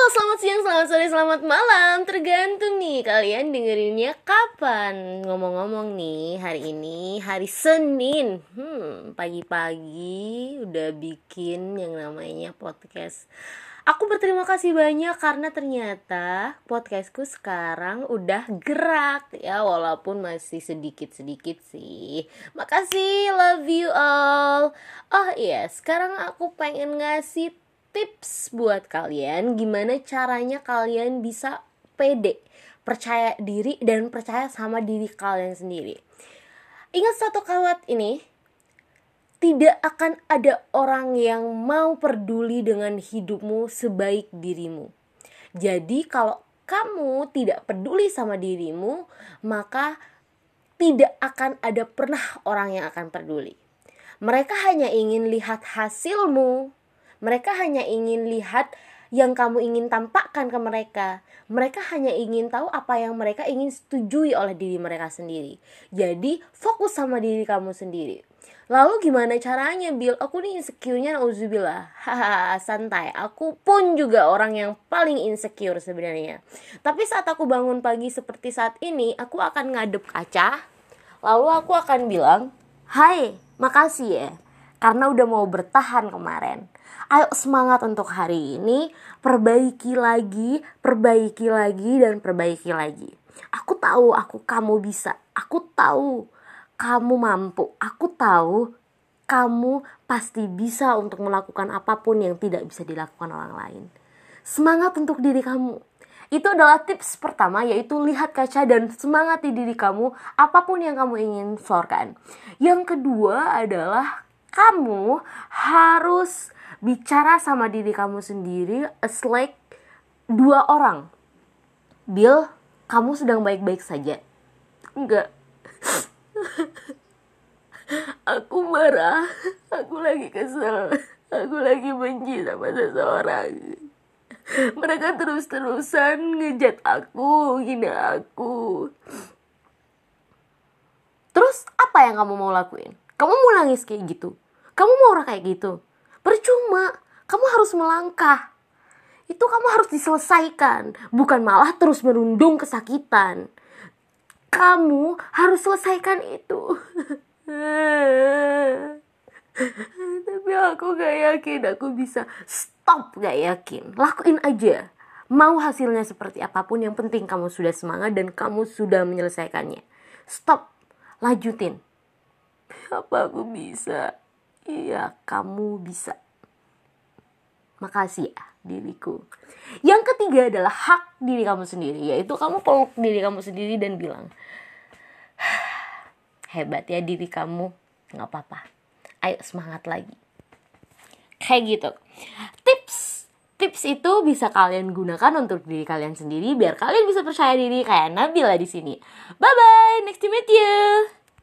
Selamat siang, selamat sore, selamat malam. Tergantung nih kalian dengerinnya kapan. Ngomong-ngomong nih, hari ini hari Senin. Pagi-pagi udah bikin yang namanya podcast. Aku berterima kasih banyak karena ternyata podcastku sekarang udah gerak ya, walaupun masih sedikit-sedikit sih. Makasih, love you all. Oh iya, sekarang aku pengen ngasih tips buat kalian gimana caranya kalian bisa pede, percaya diri dan percaya sama diri kalian sendiri. Ingat satu kalimat ini, tidak akan ada orang yang mau peduli dengan hidupmu sebaik dirimu. Jadi kalau kamu tidak peduli sama dirimu, maka tidak akan ada pernah orang yang akan peduli. Mereka hanya ingin lihat hasilmu. Mereka hanya ingin lihat yang kamu ingin tampakkan ke mereka. Mereka hanya ingin tahu apa yang mereka ingin setujui oleh diri mereka sendiri. Jadi fokus sama diri kamu sendiri. Lalu gimana caranya, Bill? Aku nih insecure-nya nauzubillah. Haha, santai. Aku pun juga orang yang paling insecure sebenarnya. Tapi saat aku bangun pagi seperti saat ini, aku akan ngadep kaca. Lalu aku akan bilang, "Hai, makasih ya karena udah mau bertahan kemarin. Ayo semangat untuk hari ini, perbaiki lagi, dan perbaiki lagi. Aku tahu kamu bisa. Aku tahu kamu mampu. Aku tahu kamu pasti bisa untuk melakukan apapun yang tidak bisa dilakukan orang lain. Semangat untuk diri kamu." Itu adalah tips pertama, yaitu lihat kaca dan semangati diri kamu apapun yang kamu ingin florkan. Yang kedua adalah kamu harus bicara sama diri kamu sendiri as like dua orang. Bill, kamu sedang baik-baik saja? Enggak. Aku marah, aku lagi kesel, aku lagi benci sama seseorang. Mereka terus-terusan ngejat aku, hina aku. Terus apa yang kamu mau lakuin? Kamu mau nangis kayak gitu? Kamu mau marah kayak gitu? Percuma, kamu harus melangkah. Itu kamu harus diselesaikan, bukan malah terus merundung kesakitan. Kamu harus selesaikan itu. Tapi aku gak yakin aku bisa. Stop, gak yakin. Lakuin aja. Mau hasilnya seperti apapun, yang penting kamu sudah semangat dan kamu sudah menyelesaikannya. Stop, lanjutin. Apa aku bisa? Iya, kamu bisa. Makasih ya diriku. Yang ketiga adalah hak diri kamu sendiri, yaitu kamu peluk diri kamu sendiri dan bilang, hebat ya diri kamu, gak apa-apa, ayo semangat lagi. Kayak gitu. Tips itu bisa kalian gunakan untuk diri kalian sendiri biar kalian bisa percaya diri kayak Nabila di sini. Bye bye, next to meet you.